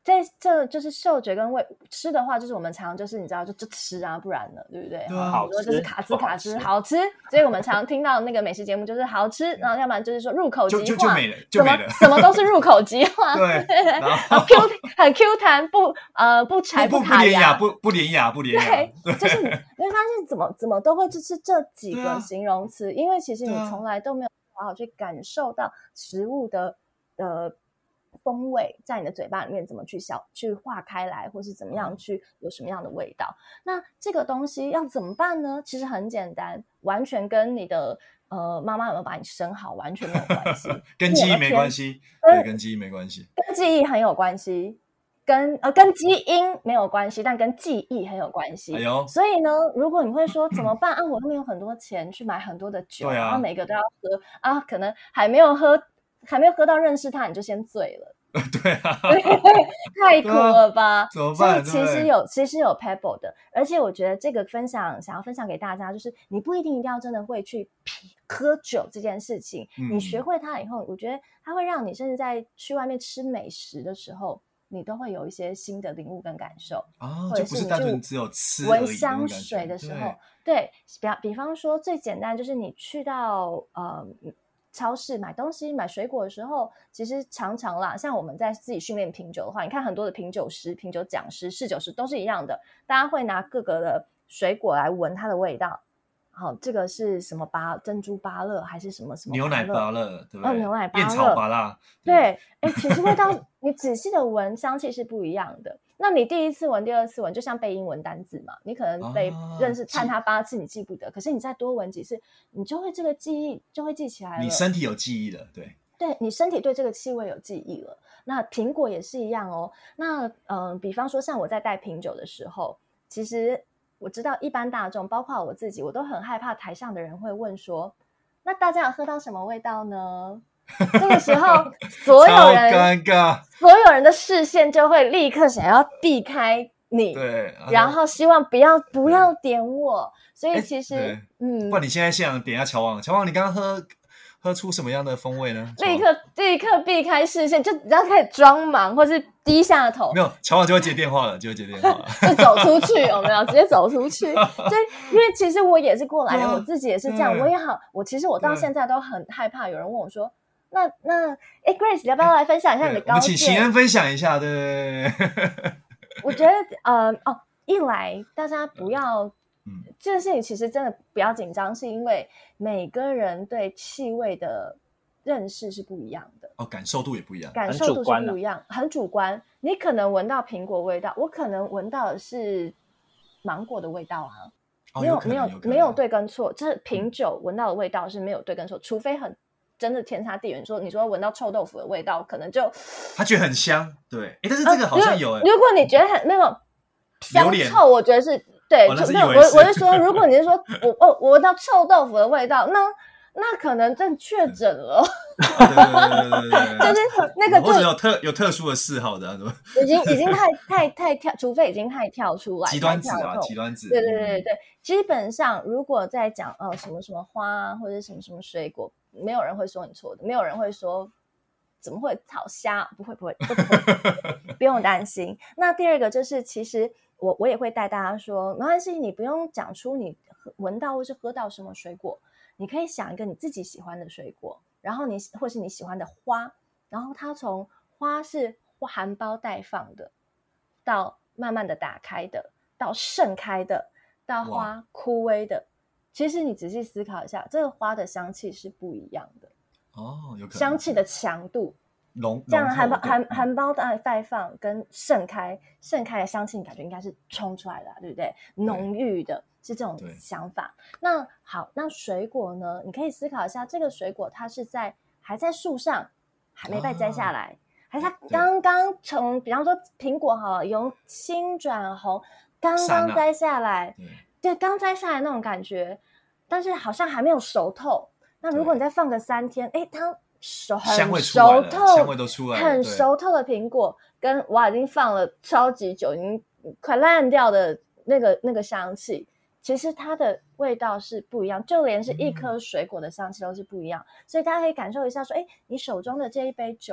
Speaker 6: 这就是嗅觉跟味吃的话，就是我们常就是你知道就吃啊，不然呢，对不对？
Speaker 2: 好吃
Speaker 6: 就是卡兹卡兹好吃，所以我们常听到那个美食节目就是好吃，然后要不然就是说入口即化，
Speaker 5: 就没了，就没了，
Speaker 6: 什么都是入口即化，
Speaker 5: 对，
Speaker 6: 然后很 Q 弹，不柴
Speaker 5: 不
Speaker 6: 卡牙，
Speaker 5: 不廉雅，
Speaker 6: 对，就是你会发现怎么都会就是这几个形容词，因为其实你从来都没有好好去感受到食物的风味在你的嘴巴里面怎么去化开来，或是怎么样去有什么样的味道。那这个东西要怎么办呢？其实很简单，完全跟你的妈妈有没有把你生好完全没有关系
Speaker 5: 跟记忆没关系，对，跟记忆没关系，
Speaker 6: 跟记忆很有关系，跟基因没有关系，但跟记忆很有关系。所以呢，如果你会说怎么办啊？我又没有很多钱去买很多的酒，然后每个都要喝啊，可能还没有喝到认识他，你就先醉了。
Speaker 5: 对啊，
Speaker 6: 太苦了吧？
Speaker 5: 怎么办？
Speaker 6: 所以其实有 Pebble 的，而且我觉得这个想要分享给大家，就是你不一定要真的会去喝酒这件事情，你学会它以后，我觉得它会让你甚至在去外面吃美食的时候，你都会有一些新的领悟跟感受或者
Speaker 5: 就不是单纯只有吃
Speaker 6: 闻香水的时候，对，比方说最简单就是你去到超市买东西买水果的时候，其实常常啦，像我们在自己训练品酒的话，你看很多的品酒师、品酒讲师、侍酒师都是一样的，大家会拿各个的水果来闻它的味道。好，这个是什么珍珠芭乐还是什么
Speaker 5: 牛奶芭乐，对不对？
Speaker 6: 牛奶芭乐、
Speaker 5: 燕草芭乐，
Speaker 6: 对，其实味道你仔细的闻，香气是不一样的。那你第一次闻、第二次闻，就像背英文单字嘛，你可能认识看它8次，你记不得，可是你再多闻几次，你就会这个记忆就会记起来了。
Speaker 5: 你身体有记忆了，对，
Speaker 6: 你身体对这个气味有记忆了。那苹果也是一样哦。那比方说像我在带品酒的时候，其实我知道一般大众，包括我自己，我都很害怕台上的人会问说，那大家有喝到什么味道呢？这个时候所有人的视线就会立刻想要避开你，
Speaker 5: 对，
Speaker 6: 然后希望不要点我。所以其实
Speaker 5: 不然你现在现场点一下乔王，你刚刚喝出什么样的风味呢？
Speaker 6: 立刻避开视线，就然后开始装忙或是低下头，
Speaker 5: 没有乔王就会接电话了，就
Speaker 6: 走出去，有没有？直接走出去。对，因为其实我也是过来人，我自己也是这样，其实我到现在都很害怕有人问我说，那Grace 你要不要来分享一下你的高见？
Speaker 5: 请齐恩分享一下，对。
Speaker 6: 我觉得一来大家不要这件事情其实真的不要紧张，是因为每个人对气味的认识是不一样的
Speaker 5: 感受度也不一样，
Speaker 6: 感受度是不一样，很主观。你可能闻到苹果味道，我可能闻到的是芒果的味道啊，没有对跟错，这品酒闻到的味道是没有对跟错，除非很真的天差地远，你说闻到臭豆腐的味道，可能就
Speaker 5: 他觉得很香，对，但是这个好像有
Speaker 6: 如果你觉得很那种香臭，我觉得是对，我是说，如果你是说我闻到臭豆腐的味道，那可能真确诊了。
Speaker 5: 对，
Speaker 6: 就是那个
Speaker 5: 或者有特殊的嗜好的，
Speaker 6: 已经太跳，除非已经太跳出来，
Speaker 5: 极端子啊，极端子。
Speaker 6: 对，基本上如果在讲什么什么花或者什么什么水果，没有人会说你错的，没有人会说怎么会炒虾，不会，不用担心。那第二个就是，其实我也会带大家说，没关系，你不用讲出你闻到或是喝到什么水果，你可以想一个你自己喜欢的水果，然后或是你喜欢的花，然后它从花是含苞待放的，到慢慢的打开的，到盛开的，到花枯萎的。其实你仔细思考一下，这个花的香气是不一样的
Speaker 5: 有可能
Speaker 6: 香气的强度，这样含苞待放跟盛开的香气，你感觉应该是冲出来的，对不对？浓郁的是这种想法。那好，那水果呢？你可以思考一下，这个水果它是还在树上，还没被摘下来，还是它刚刚从，比方说苹果好了，由青转红，刚刚摘下来，对，刚摘下来那种感觉，但是好像还没有熟透。那如果你再放个3天，它很熟透，
Speaker 5: 香味都出来了，
Speaker 6: 很熟透的苹果，跟已经放了超级久，已经快烂掉的那个香气，其实它的味道是不一样，就连是一颗水果的香气都是不一样。所以大家可以感受一下说，你手中的这一杯酒，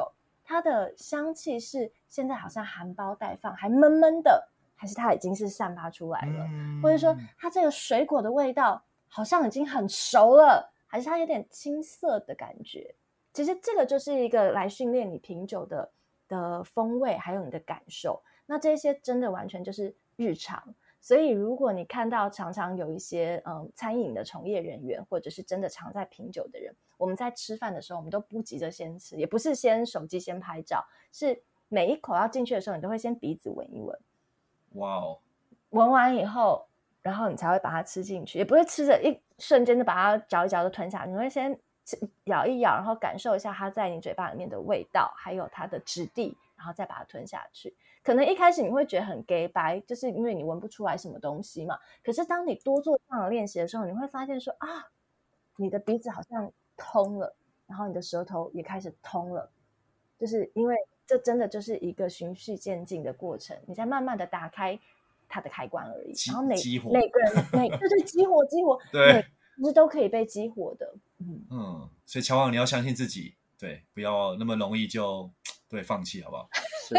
Speaker 6: 它的香气是现在好像含苞待放，还闷闷的，还是它已经是散发出来了？或者说它这个水果的味道好像已经很熟了，还是它有点青涩的感觉？其实这个就是一个来训练你品酒的风味，还有你的感受。那这些真的完全就是日常。所以如果你看到常常有一些餐饮的从业人员，或者是真的常在品酒的人，我们在吃饭的时候我们都不急着先吃，也不是先手机先拍照，是每一口要进去的时候你都会先鼻子闻一闻。
Speaker 5: 哇哦，
Speaker 6: 闻完以后然后你才会把它吃进去，也不会吃着一瞬间就把它嚼一嚼就吞下，你会先咬一咬，然后感受一下它在你嘴巴里面的味道，还有它的质地，然后再把它吞下去。可能一开始你会觉得很 gay 白，就是因为你闻不出来什么东西嘛。可是当你多做这样的练习的时候，你会发现说啊，你的鼻子好像通了，然后你的舌头也开始通了，就是因为这真的就是一个循序渐进的过程，你在慢慢的打开它的开关而已。然后每个人对激活
Speaker 5: 对，
Speaker 6: 每个都可以被激活的。
Speaker 5: 所以乔王你要相信自己，对，不要那么容易就对放弃，好不好？
Speaker 2: 是。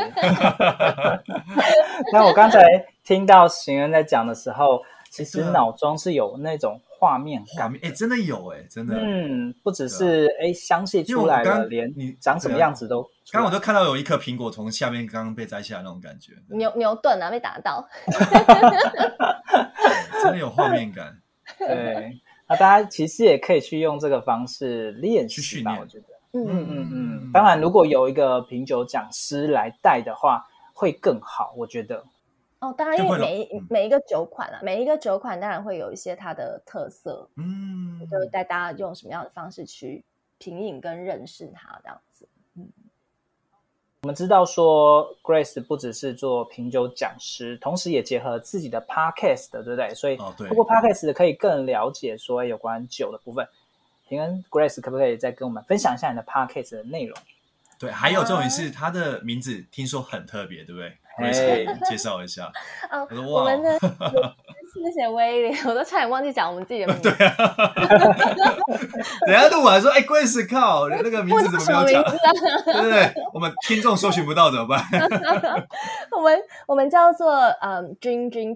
Speaker 2: 那我刚才听到行恩在讲的时候，其实脑中是有那种画面感，
Speaker 5: 真的有真的，
Speaker 2: 不只是香气出来了，连你长什么样子都。
Speaker 5: 刚刚我都看到有一颗苹果从下面刚刚被摘下来那种感觉，
Speaker 6: 牛顿啊被打到，
Speaker 5: 真的有画面感。
Speaker 2: 对，那大家其实也可以去用这个方式练习吧，
Speaker 5: 去训练，
Speaker 2: 我觉得。当然，如果有一个品酒讲师来带的话，会更好，我觉得。
Speaker 6: 当然，因为每一个酒款啊，每一个酒款当然会有一些它的特色，就带大家用什么样的方式去品饮跟认识它，这样子。
Speaker 2: 我们知道说 Grace 不只是做品酒讲师，同时也结合自己的 podcast， 对不对？所以通过 podcast 可以更了解说有关酒的部分。平安 Grace 可不可以再跟我们分享一下你的 podcast 的内容？
Speaker 5: 对，还有重点是他的名字听说很特别，对不对？Grace 可以介绍一下。
Speaker 6: 我们的谢谢威廉，我都差点忘记讲我们自己的名字。
Speaker 5: 对啊，等一下录完说，Grace 靠，那个名字怎么没有讲？对不对？我们听众搜寻不到怎么办？
Speaker 6: 我们叫做Drink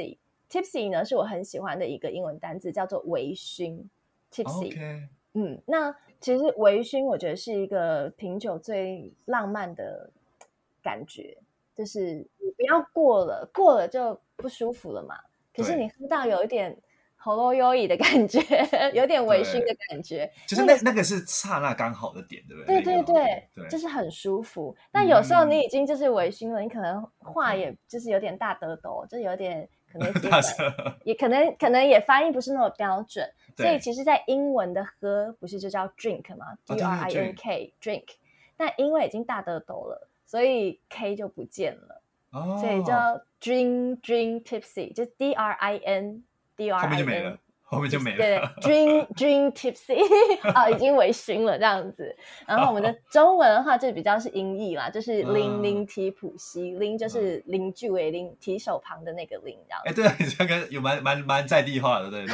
Speaker 6: Tipsy 呢是我很喜欢的一个英文单字，叫做微醺 Tipsy。那其实微醺我觉得是一个品酒最浪漫的感觉，就是你不要过了就不舒服了嘛。可是你喝到有一点喉咙优异的感觉，有点微醺的感觉，
Speaker 5: 就是那个是刹那刚好的点，对不
Speaker 6: 对？对，就是很舒服。但有时候你已经就是微醺了，你可能话也就是有点大得抖，就有点可能也可能也发音不是那么标准。所以其实在英文的喝不是就叫 drink 吗？ D-R-I-N-K drink， 但因为已经大得抖了，所以 K 就不见了，所以叫 drink tipsy， 就 D-R-I-N
Speaker 5: 后面就没了，后面就没了。
Speaker 6: 对，drink tipsy 已经微醺了这样子。然后我们的中文的话就比较是音译啦，就是拎提普西，拎就是邻居为拎，提手旁的那个拎这样。
Speaker 5: 对，这个有蛮在地化的，对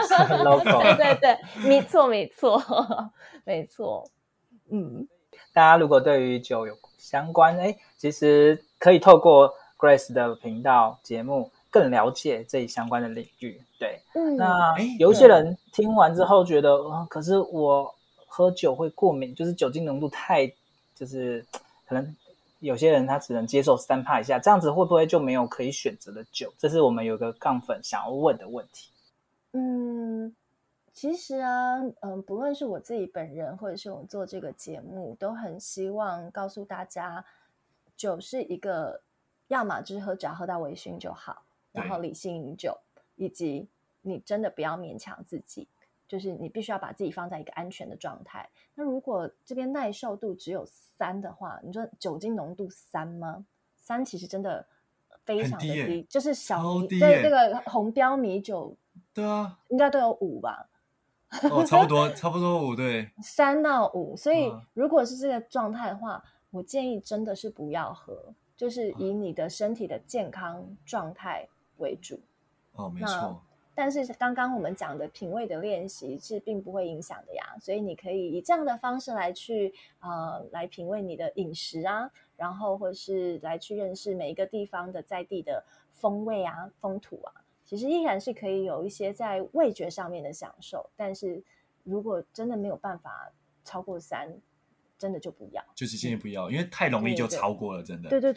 Speaker 5: ，local，
Speaker 6: 对，没错。
Speaker 2: 大家如果对于酒有相关，其实可以透过 Grace 的频道节目更了解这一相关的领域。对，那有一些人听完之后觉得，可是我喝酒会过敏，就是酒精浓度太，就是可能有些人他只能接受3%以下，这样子会不会就没有可以选择的酒？这是我们有个杠粉想要问的问题。
Speaker 6: 其实啊，不论是我自己本人，或者是我做这个节目，都很希望告诉大家，酒是一个，要么就是只要喝到微醺就好，然后理性饮酒，以及你真的不要勉强自己，就是你必须要把自己放在一个安全的状态。那如果这边耐受度只有3的话，你说酒精浓度3吗？3其实真的非常的低，就是小米，对，这个红标米酒，
Speaker 5: 对啊，
Speaker 6: 应该都有5吧。
Speaker 5: 差不多5，对
Speaker 6: ，3到5。所以如果是这个状态的话，我建议真的是不要喝，就是以你的身体的健康状态为主。
Speaker 5: 没错。
Speaker 6: 但是刚刚我们讲的品味的练习是并不会影响的呀，所以你可以以这样的方式来去来品味你的饮食啊，然后或是来去认识每一个地方的在地的风味啊、风土啊，其实依然是可以有一些在味觉上面的享受，但是如果真的没有办法超过3，真的就不要，
Speaker 5: 就是建议不要，因为太容易就超过了，真的。
Speaker 6: 对，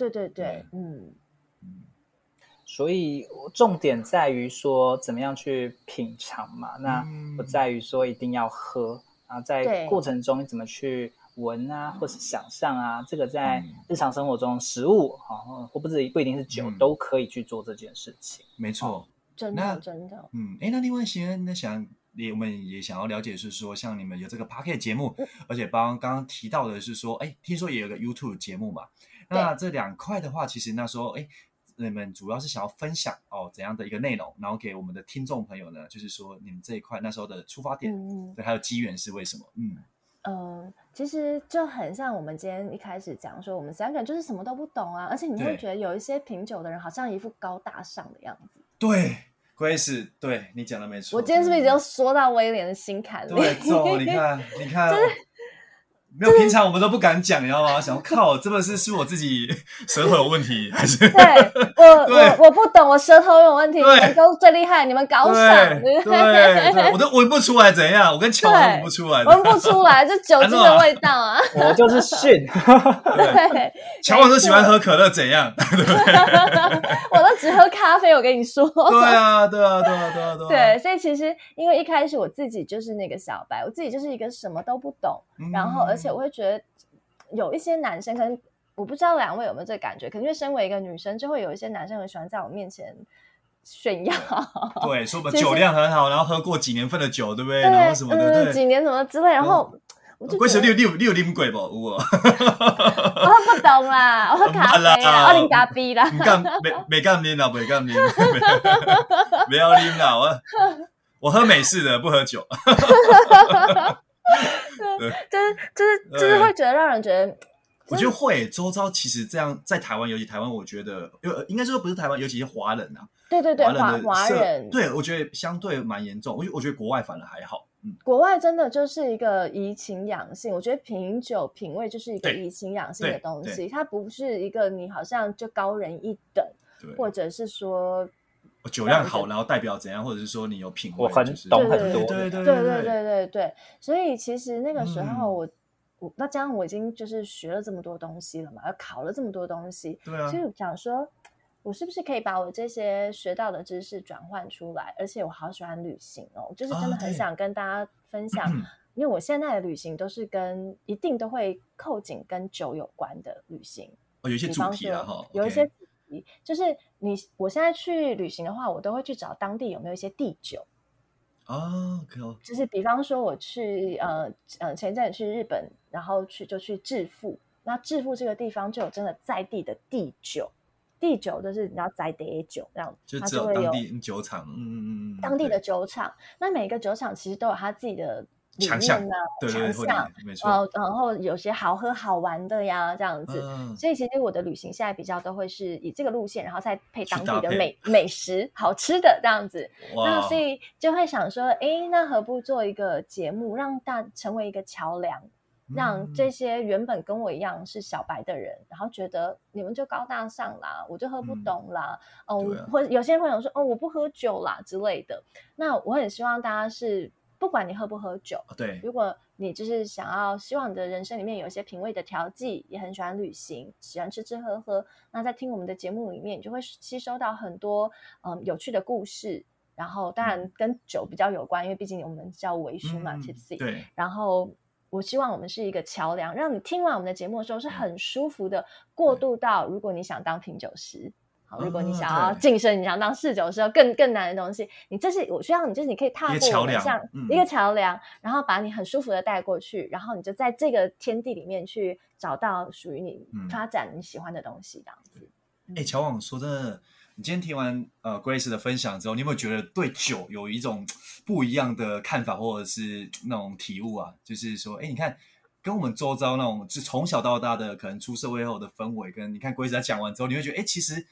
Speaker 2: 所以重点在于说怎么样去品尝嘛，那不在于说一定要喝，然后在过程中你怎么去闻啊，或是想象啊，这个在日常生活中食物或不一定是酒，都可以去做这件事情。
Speaker 5: 没错，
Speaker 6: 真的。
Speaker 5: 那另外我们也想要了解是说，像你们有这个 Podcast 节目，而且刚刚提到的是说，听说也有个 YouTube 节目嘛，那这2块的话，其实那时候你们主要是想要分享怎样的一个内容，然后给我们的听众朋友呢，就是说你们这一块那时候的出发点，对，还有机缘是为什么？
Speaker 6: 其实就很像我们今天一开始讲说，我们3个人就是什么都不懂啊，而且你会觉得有一些品酒的人好像一副高大上的样子。
Speaker 5: 对，Grace， 对，你讲的没错。
Speaker 6: 我今天是不是已经说到威廉的心坎里？
Speaker 5: 对，你看，没有，平常我们都不敢讲，你知道吗？想靠，真的是我自己舌头有问题，还是
Speaker 6: 我不懂，我舌头有问题，你们都最厉害，你们搞傻，
Speaker 5: 对，我都闻不出来怎样，我跟乔都闻不出来，
Speaker 6: 闻不出来，就酒精的味道啊！
Speaker 2: 我就是训，
Speaker 6: 对，
Speaker 5: 乔王都喜欢喝可乐，怎样？
Speaker 6: 我都只喝咖啡，我跟你说。对，所以其实因为一开始我自己就是那个小白，我自己就是一个什么都不懂，然后而且我会觉得有一些男生可能我不知道2位有没有这个感觉，可能因为身为一个女生，就会有一些男生很喜欢在我面前炫耀，
Speaker 5: 对，说我们酒量很好，然后喝过几年份的酒，对不对？然后什么的，对，
Speaker 6: 几年什么之类，然后我就觉得
Speaker 5: 你有啉过不？我
Speaker 6: 不懂啦，我喝咖啡啦，我啉咖啡啦，
Speaker 5: 没敢啉啦，没敢啉，不要啉啦，我喝美式的，不喝酒。
Speaker 6: 就是会觉得让人觉得，
Speaker 5: 我觉得会周遭其实这样，在台湾，尤其台湾，我觉得应该说不是台湾，尤其是华人啊，
Speaker 6: 对，华人，
Speaker 5: 对，我觉得相对蛮严重。我觉得国外反而还好，
Speaker 6: 国外真的就是一个怡情养性，我觉得品酒品味就是一个怡情养性的东西，它不是一个你好像就高人一等，或者是说
Speaker 5: 酒量好，然后代表怎样，或者是说你有品味，
Speaker 2: 我很懂很多，
Speaker 6: 对，所以其实那个时候我那加上我已经就是学了这么多东西了嘛，又考了这么多东西，所以我想说，我是不是可以把我这些学到的知识转换出来？而且我好喜欢旅行哦，就是真的很想跟大家分享，因为我现在的旅行都是一定都会扣紧跟酒有关的旅行，
Speaker 5: 有一些主题啦哈，
Speaker 6: 有一些。就是我现在去旅行的话，我都会去找当地有没有一些地酒就是比方说我去前一陣子去日本，然后就去致富，那致富这个地方就有真的在地的地酒就是你知道在地酒这样，
Speaker 5: 就只有当地酒厂，
Speaker 6: 当地的酒厂，那每个酒厂其实都有他自己的理念啊，强项，
Speaker 5: 没错，
Speaker 6: 然后有些好喝好玩的呀，这样子，所以其实我的旅行现在比较都会是以这个路线，然后再配当地的美食，好吃的这样子。那所以就会想说，那何不做一个节目，让成为一个桥梁，让这些原本跟我一样是小白的人，然后觉得你们就高大上啦，我就喝不懂啦，或者有些人会想说，我不喝酒啦之类的。那我很希望大家是。不管你喝不喝酒，
Speaker 5: 对，
Speaker 6: 如果你就是希望你的人生里面有一些品味的调剂，也很喜欢旅行，喜欢吃吃喝喝，那在听我们的节目里面，你就会吸收到很多有趣的故事，然后当然跟酒比较有关，因为毕竟我们叫微醺嘛，tipsy，
Speaker 5: 对，
Speaker 6: 然后我希望我们是一个桥梁，让你听完我们的节目的时候是很舒服的过渡到如果你想当品酒师。如果你想要晋升，你想当侍酒师更难的东西，我需要你就是你可以踏过我们像一个桥梁，然后把你很舒服的带过去，然后你就在这个天地里面去找到属于你发展你喜欢的东西，这样子。
Speaker 5: 乔王说真的，你今天听完Grace 的分享之后，你有没有觉得对酒有一种不一样的看法，或者是那种体悟啊？就是说，你看跟我们周遭那种就从小到大的可能出社会后的氛围，跟你看Grace 在讲完之后，你会觉得其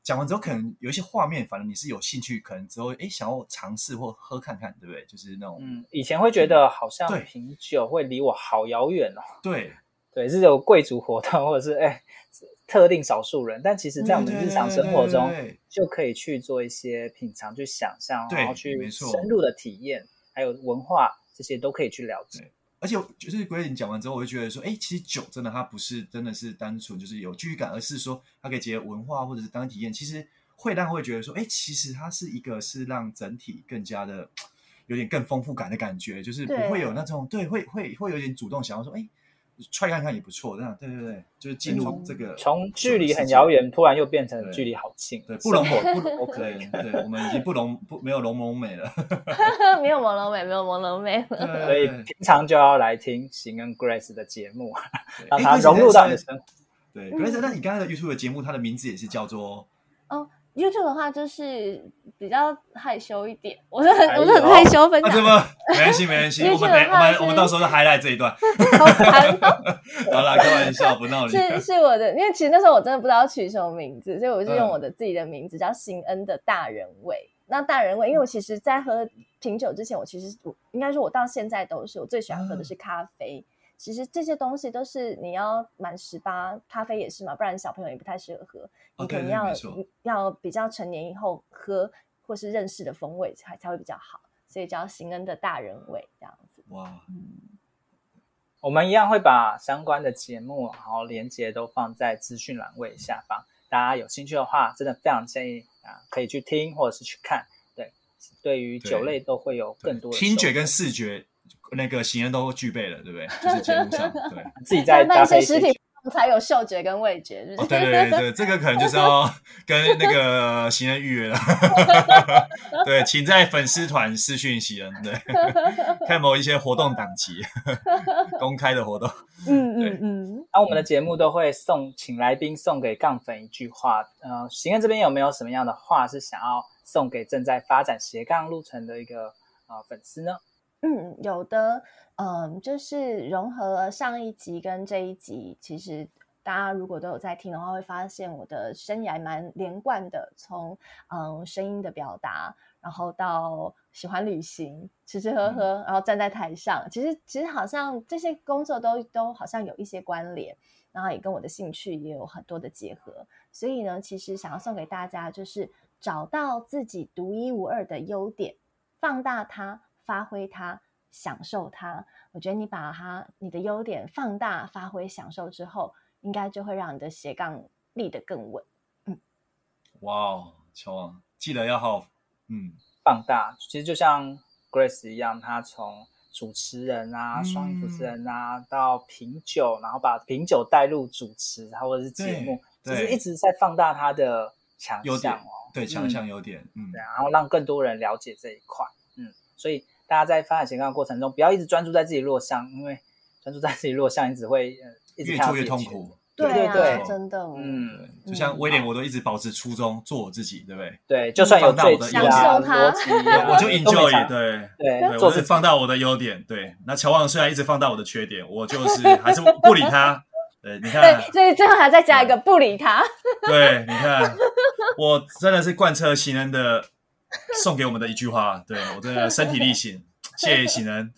Speaker 5: 讲完之后可能有一些画面，反正你是有兴趣，可能之后想要尝试或喝看看，对不对？就是那种
Speaker 2: 以前会觉得好像品酒会离我好遥远哦。对，是有贵族活动或者是特定少数人，但其实在我们日常生活中就可以去做一些品尝，去想象，然后去深入的体验，还有文化这些都可以去了解。
Speaker 5: 而且就是Grace你讲完之后，我就觉得说，其实酒真的它不是真的是单纯就是有距离感，而是说它可以结合文化或者是当体验，其实会让会觉得说，其实它是一个是让整体更加的有点更丰富感的感觉，就是不会有那种会有点主动想要说，try 看看也不错，这样对，就是进入这个
Speaker 2: 从距离很遥远，突然又变成距离好近，
Speaker 5: 对，不容对，我们已经没有浓美了，
Speaker 6: 没有朦胧美了，
Speaker 2: 所以平常就要来听行恩 Grace 的节目，让它融入到你的生活。
Speaker 5: 对 ，Grace， 那你刚才的 YouTube 的节目，它的名字也是叫做
Speaker 6: YouTube 的话就是比较害羞一点，我是很害羞分享。
Speaker 5: 这么没关系，我们到时候就 highlight 这一段。好啦，开玩笑，不闹你。
Speaker 6: 是我的，因为其实那时候我真的不知道取什么名字，所以我就用我的自己的名字叫行恩的大人味。那大人味，因为我其实在喝品酒之前，我应该说我到现在都是我最喜欢喝的是咖啡。其实这些东西都是你要满18，咖啡也是嘛，不然小朋友也不太适合喝。你可能要比较成年以后喝，或是认识的风味才会比较好，所以叫行恩的大人味这样子。
Speaker 5: 哇，
Speaker 2: 我们一样会把相关的节目然后连结都放在资讯栏位下方，大家有兴趣的话，真的非常建议可以去听或者是去看。对于酒类都会有更多的
Speaker 5: 听觉跟视觉。那个行人都具备了，对不对？就是节目上，对，
Speaker 2: 自己在搭配
Speaker 6: 实体才有嗅觉跟味觉，是不是？
Speaker 5: 对，这个可能就是要跟那个行人预约了。对，请在粉丝团私讯行人，对，看有没有一些活动档期，公开的活动。
Speaker 2: 那我们的节目都会请来宾送给杠粉一句话。行人这边有没有什么样的话是想要送给正在发展斜杠路程的一个粉丝呢？
Speaker 6: 有的，就是融合了上一集跟这一集，其实大家如果都有在听的话，会发现我的生涯蛮连贯的，从声音的表达，然后到喜欢旅行，吃吃喝喝，然后站在台上，其实好像这些工作都好像有一些关联，然后也跟我的兴趣也有很多的结合，所以呢，其实想要送给大家就是找到自己独一无二的优点，放大它。发挥它，享受它。我觉得你把你的优点放大、发挥、享受之后，应该就会让你的斜杠立得更稳。
Speaker 5: 哇，乔王，记得要好，
Speaker 2: 放大。其实就像 Grace 一样，他从主持人双语主持人到品酒，然后把品酒带入主持，或者是节目，就是一直在放大他的强项
Speaker 5: 对，强项优点，
Speaker 2: 对，然后让更多人了解这一块，所以大家在发展斜杠的过程中，不要一直专注在自己弱项，因为专注在自己弱项，你只会一直
Speaker 5: 越做越痛苦。
Speaker 6: 对，真的，
Speaker 5: 就像威廉，我都一直保持初衷，做我自己，对不对？
Speaker 2: 对，就算有罪
Speaker 6: 享受它，
Speaker 5: 我就 enjoy， 对，我是放大我的优点，对。那乔王虽然一直放大我的缺点，我就是还是不理他。对，你看，
Speaker 6: 对，所以最后还再加一个不理他。
Speaker 5: 对，你看，我真的是贯彻行人的。送给我们的一句话，对，我真的身体力行，谢谢行人。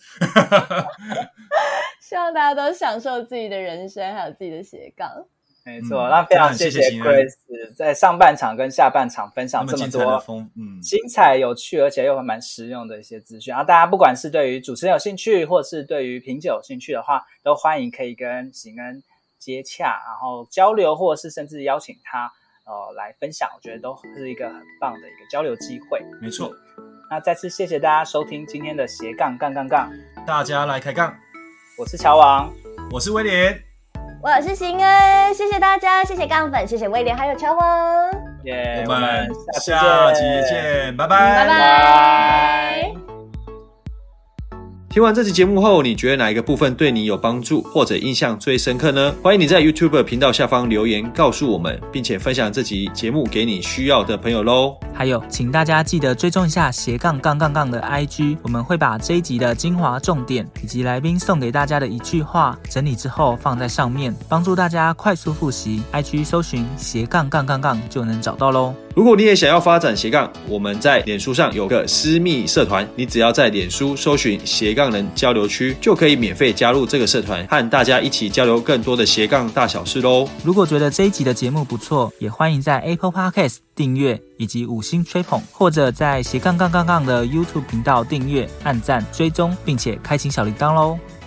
Speaker 6: 希望大家都享受自己的人生，还有自己的斜杠。
Speaker 2: 没错，那非常谢谢 Grace 在上半场跟下半场分享这么多精彩、有趣，而且又蛮实用的一些资讯。大家不管是对于主持人有兴趣，或是对于品酒有兴趣的话，都欢迎可以跟行恩接洽，然后交流，或者是甚至邀请他。来分享，我觉得都是一个很棒的一个交流机会。
Speaker 5: 没错，
Speaker 2: 那再次谢谢大家收听今天的斜杠杠杠杠，
Speaker 5: 大家来开杠。
Speaker 2: 我是乔王，
Speaker 5: 我是威廉，
Speaker 6: 我是行恩，谢谢大家，谢谢杠粉，谢谢威廉还有乔王，
Speaker 5: 我们下期见，拜拜，
Speaker 6: 拜拜。
Speaker 3: 听完这期节目后，你觉得哪一个部分对你有帮助或者印象最深刻呢？欢迎你在 YouTube 频道下方留言告诉我们，并且分享这集节目给你需要的朋友咯。
Speaker 4: 还有请大家记得追踪一下斜杠杠杠杠的 IG， 我们会把这一集的精华重点以及来宾送给大家的一句话整理之后放在上面，帮助大家快速复习。 IG 搜寻斜杠杠杠杠就能找到咯。
Speaker 3: 如果你也想要发展斜杠，我们在脸书上有个私密社团，你只要在脸书搜寻斜杠人交流区，就可以免费加入这个社团，和大家一起交流更多的斜杠大小事咯。
Speaker 4: 如果觉得这一集的节目不错，也欢迎在 Apple Podcast 订阅以及5星吹捧，或者在斜杠杠杠杠的 YouTube 频道订阅、按赞、追踪，并且开启小铃铛咯。